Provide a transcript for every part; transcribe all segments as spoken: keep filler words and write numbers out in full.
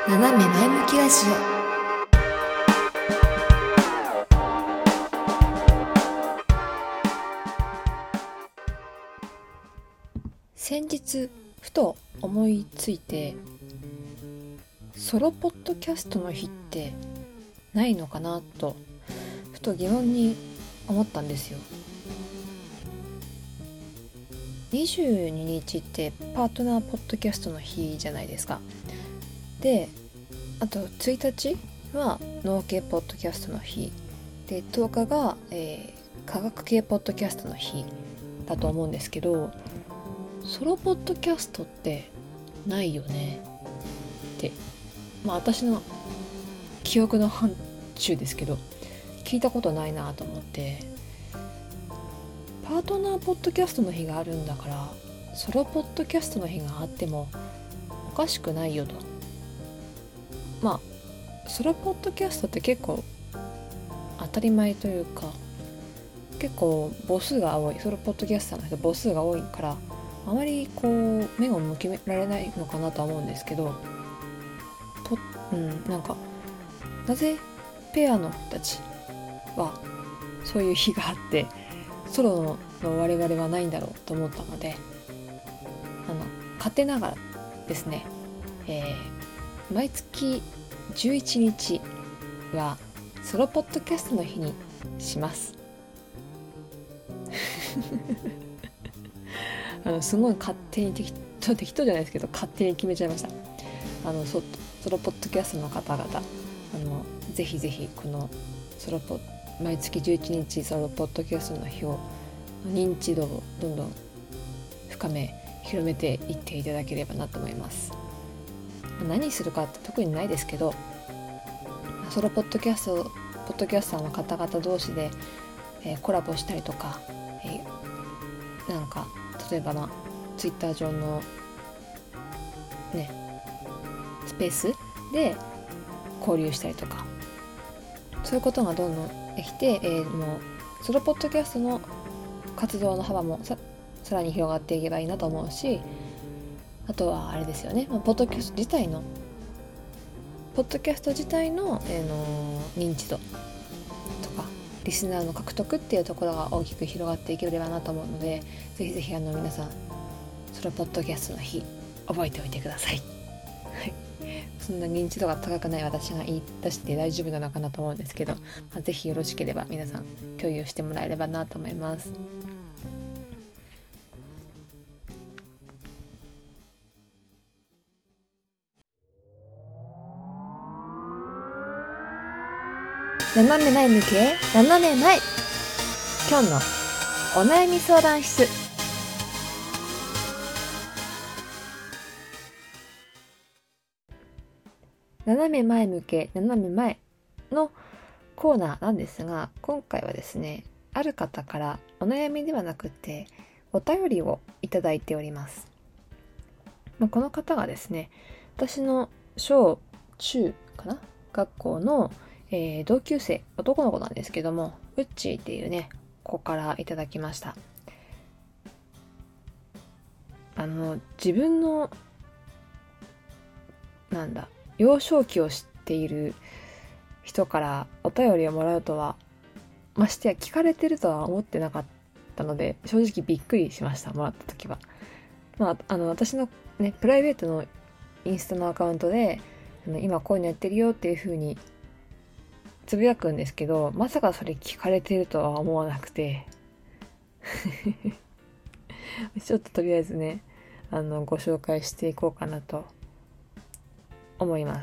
斜め前向きラジオ。先日ふと思いついて、ソロポッドキャストの日ってないのかなとふと疑問に思ったんですよ。にじゅうににちってパートナーポッドキャストの日じゃないですか。で、あとついたちは農系ポッドキャストの日で、とおかが、えー、科学系ポッドキャストの日だと思うんですけど、ソロポッドキャストってないよねって、まあ私の記憶の範疇ですけど、聞いたことないなと思って、パートナーポッドキャストの日があるんだから、ソロポッドキャストの日があってもおかしくないよと。まあソロポッドキャストって結構当たり前というか、結構母数が多い、ソロポッドキャスターの人母数が多いから、あまりこう目を向けられないのかなとは思うんですけど、と、うん、なんかなぜペアの人たちはそういう日があってソロの我々はないんだろうと思ったので、あの勝手ながらですね、えー、毎月じゅういちにちはソロポッドキャストの日にしますあのすごい勝手に適当適当じゃないですけど勝手に決めちゃいました。あの ソ, ソロポッドキャストの方々、あのぜひぜひこのソロポ毎月じゅういちにちソロポッドキャストの日を認知度をどんどん深め広めていっていただければなと思います。何するかって特にないですけど、ソロポッドキャストポッドキャスターの方々同士で、えー、コラボしたりとか、えー、なんか例えばまあツイッター上のねスペースで交流したりとか、そういうことがどんどんできて、えー、もうソロポッドキャストの活動の幅も さ, さらに広がっていけばいいなと思うし、あとはあれですよね、ポッドキャスト自体のポッドキャスト自体の、えー、の認知度とかリスナーの獲得っていうところが大きく広がっていければなと思うので、ぜひぜひあの皆さんソロポッドキャストの日覚えておいてください。はい、そんな認知度が高くない私が言い出して大丈夫なのかなと思うんですけど、まあ、ぜひよろしければ皆さん共有してもらえればなと思います。斜め前向け斜め前、今日のお悩み相談室。斜め前向け斜め前のコーナーなんですが、今回はですね、ある方からお悩みではなくてお便りをいただいております。この方がですね、私の小中かな学校の、えー、同級生、男の子なんですけども、ウッチーっていうね子からいただきました。あの自分のなんだ幼少期を知っている人からお便りをもらうとは、ましてや聞かれてるとは思ってなかったので、正直びっくりしました。もらった時は、まあ、あの私のねプライベートのインスタのアカウントで今こういうのやってるよっていう風につぶやくんですけど、まさかそれ聞かれてるとは思わなくてちょっととりあえずねあのご紹介していこうかなと思います。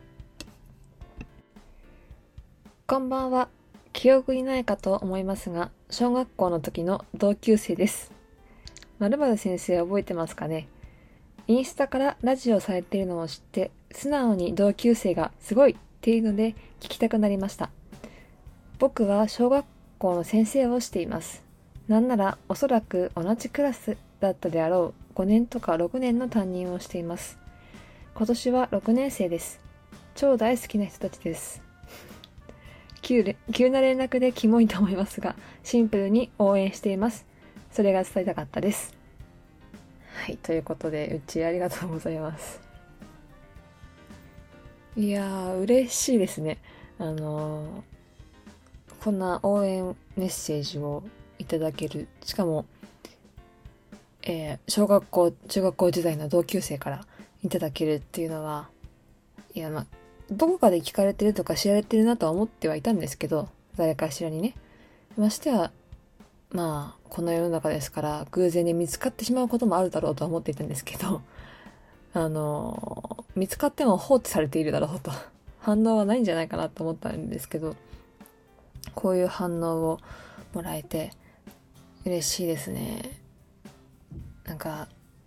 こんばんは。記憶にないかと思いますが、小学校の時の同級生です。〇〇先生覚えてますかね。インスタからラジオされているのを知って素直に同級生がすごいっていうので聞きたくなりました。僕は小学校の先生をしています。なんならおそらく同じクラスだったであろうごねんとかろくねんの担任をしています。今年はろくねん生です。超大好きな人たちです。急, 急な連絡でキモいと思いますが、シンプルに応援しています。それが伝えたかったです。はい、ということで、うちありがとうございます。 いやー嬉しいですね。あのーこんな応援メッセージをいただける、しかも、えー小学校中学校時代の同級生からいただけるっていうのは、いや、まあどこかで聞かれてるとか知られてるなとは思ってはいたんですけど、誰かしらにね。ましては、まあこの世の中ですから偶然に見つかってしまうこともあるだろうとは思っていたんですけど、あの見つかっても放置されているだろうと、反応はないんじゃないかなと思ったんですけど、こういう反応をもらえて嬉しいですね。なんか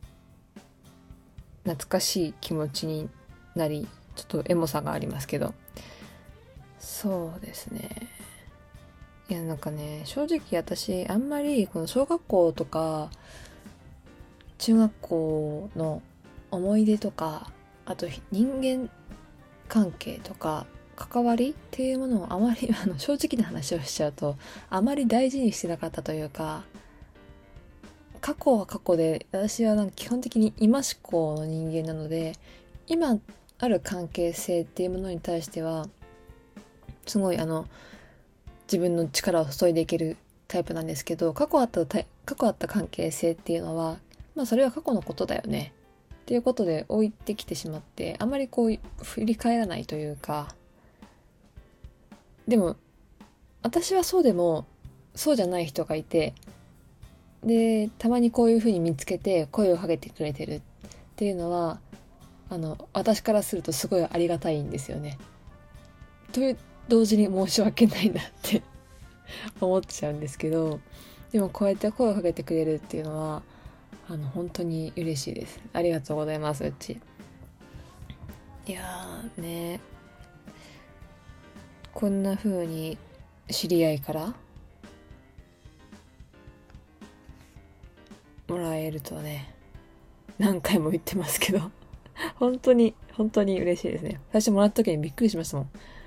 懐かしい気持ちになり、ちょっとエモさがありますけど、そうですね。いや、なんかね、正直私あんまりこの小学校とか中学校の思い出とか、あと人間関係とか関わりっていうものをあまりあの正直な話をしちゃうと、あまり大事にしてなかったというか、過去は過去で、私はなんか基本的に今思考の人間なので、今ある関係性っていうものに対してはすごいあの自分の力を注いでいけるタイプなんですけど、過去あった過去あった関係性っていうのは、まあそれは過去のことだよねっていうことで置いてきてしまって、あまりこう振り返らないというか。でも私はそうでもそうじゃない人がいて、でたまにこういう風に見つけて声をかけてくれてるっていうのは、あの私からするとすごいありがたいんですよね。という同時に申し訳ないなって思っちゃうんですけど、でもこうやって声をかけてくれるっていうのは、あの本当に嬉しいです。ありがとうございます。うち、いやーね、こんな風に知り合いからもらえるとね、何回も言ってますけど本当に本当に嬉しいですね。最初もらった時にびっくりしましたもん。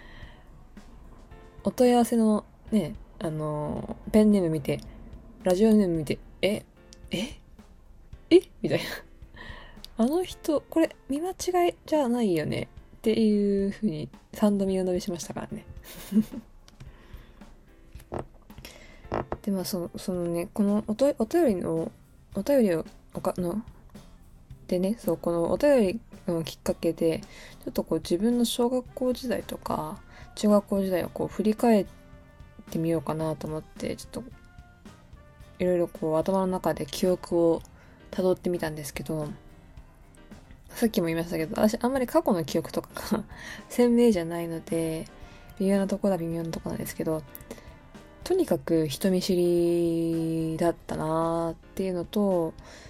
お問い合わせのね、あのーペンネーム見て、ラジオネーム見て、えええみたいな。あの人これ見間違いじゃないよねっていう風にさんど見お述べしましたからね。で、まあそのそのね、このおとお便りのお便りをおかのでね、そう、このお便りのきっかけで、ちょっとこう自分の小学校時代とか中学校時代をこう振り返ってみようかなと思って、ちょっといろいろこう頭の中で記憶を辿ってみたんですけど、さっきも言いましたけど、私あんまり過去の記憶とかが鮮明じゃないので、微妙なところは微妙なところなんですけど、とにかく人見知りだったなーっていうのと、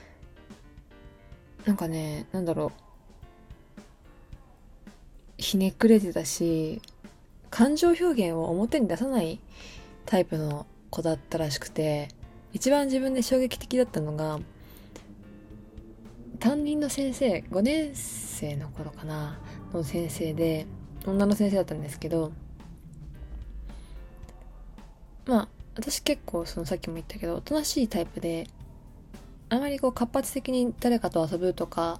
なんかね、なんだろう、ひねくれてたし、感情表現を表に出さないタイプの子だったらしくて、一番自分で衝撃的だったのが、担任の先生、ごねん生の頃かなの先生で、女の先生だったんですけど、まあ私結構そのさっきも言ったけどおとなしいタイプで、あまりこう活発的に誰かと遊ぶとか、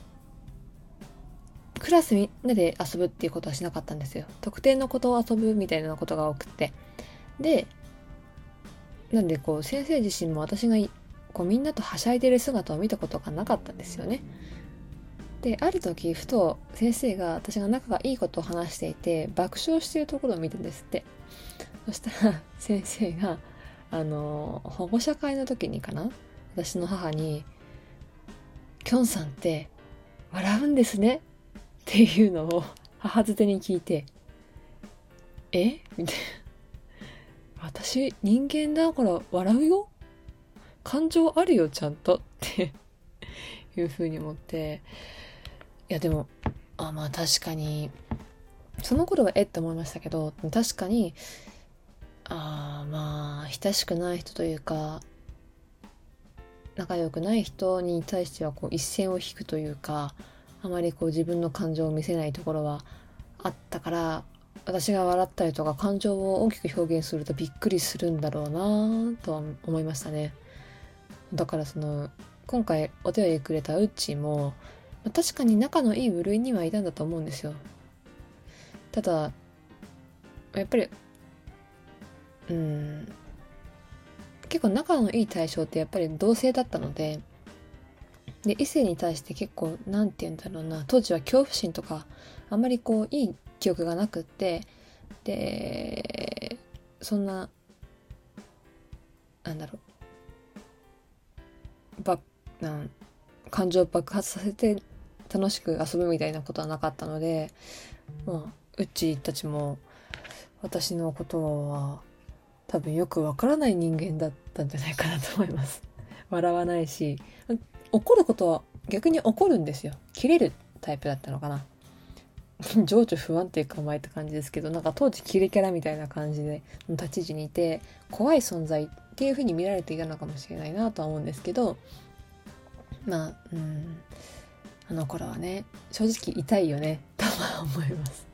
クラスみんなで遊ぶっていうことはしなかったんですよ。特定のことを遊ぶみたいなことが多くって、でなんでこう先生自身も私がこうみんなとはしゃいでる姿を見たことがなかったんですよね。である時ふと先生が私が仲がいいことを話していて爆笑しているところを見たんですって。そしたら先生があの保護者会の時にかな、私の母に「きょんさんって笑うんですね」っていうのを母づてに聞いて、えみたいな。私人間だから笑うよ、感情あるよちゃんとっていう風に思って、いやでも、あ、まあ確かにその頃はえって思いましたけど、確かに、あーまあ親しくない人というか仲良くない人に対してはこう一線を引くというか、あまりこう自分の感情を見せないところはあったから、私が笑ったりとか感情を大きく表現するとびっくりするんだろうなとは思いましたね。だからその今回お手紙くれたウッチーも確かに仲のいい部類にはいたんだと思うんですよ。 ただやっぱりうん結構仲のいい対象ってやっぱり同性だったので、で異性に対して結構なんて言うんだろうな、当時は恐怖心とかあんまりこういい記憶がなくって、でそんななんだろうばなん感情を爆発させて楽しく遊ぶみたいなことはなかったので、まあうちたちも私のことは多分よくわからない人間だったんじゃないかなと思います。笑わないし、怒ることは逆に怒るんですよ。切れるタイプだったのかな。情緒不安定か前って感じですけど、なんか当時キレキャラみたいな感じで立ち位置にいて怖い存在っていう風に見られていたのかもしれないなとは思うんですけど、まあうんあの頃はね正直痛いよねとは思います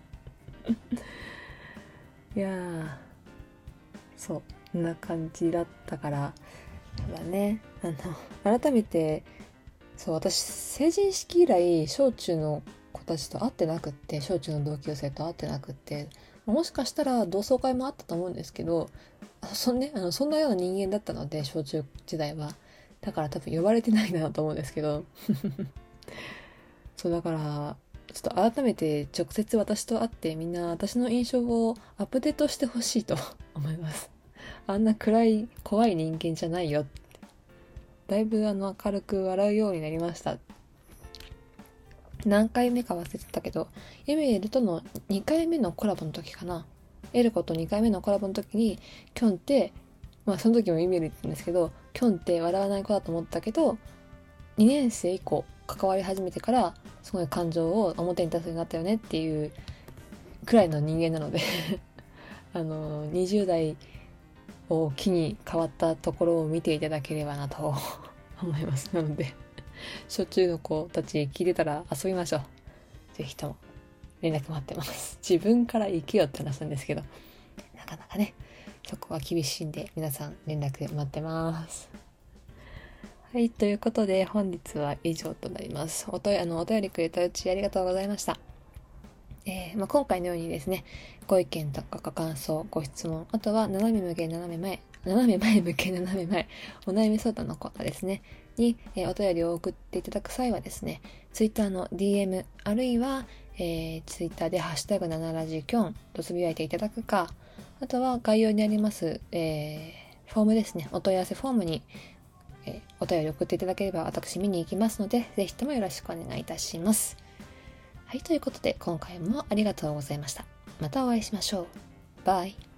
いやーそうこんな感じだったから、そうだね、あの改めてそう私成人式以来小中の子たちと会ってなくって、小中の同級生と会ってなくって、もしかしたら同窓会もあったと思うんですけど、そん,、ね、あのそんなような人間だったので小中時代は、だから多分呼ばれてないなと思うんですけどそうだからちょっと改めて直接私と会ってみんな私の印象をアップデートしてほしいと思います。あんな暗い怖い人間じゃないよって、だいぶあの明るく笑うようになりました。何回目か忘れてたけど、エミエルとのにかいめのコラボの時かな、エルコとにかいめのコラボの時にキョンって、まあその時もエミエル言ったんですけど、キョンって笑わない子だと思ったけどにねん生以降関わり始めてからすごい感情を表に出すようになったよねっていうくらいの人間なのであのにじゅう代を機に変わったところを見ていただければなと思います。なので小中の子たち聞いてたら遊びましょう。ぜひとも連絡待ってます。自分から行けよって話なんですけど、なかなかねそこは厳しいんで皆さん連絡待ってます。はい、ということで本日は以上となります。おとあのお便りくれたうちありがとうございました。えーまあ、今回のようにですね、ご意見とかご感想、ご質問、あとは斜め向け斜め前、斜め前向け斜め前、お悩み相談のコーナーですね、に、えー、お便りを送っていただく際はですね、Twitter の ディーエム、あるいは、えー、Twitter でハッシュタグななラジキョンとつぶやいていただくか、あとは概要にあります、えー、フォームですね、お問い合わせフォームに、えー、お便り送っていただければ私見に行きますので、ぜひともよろしくお願いいたします。はい、ということで今回もありがとうございました。またお会いしましょう。バイ。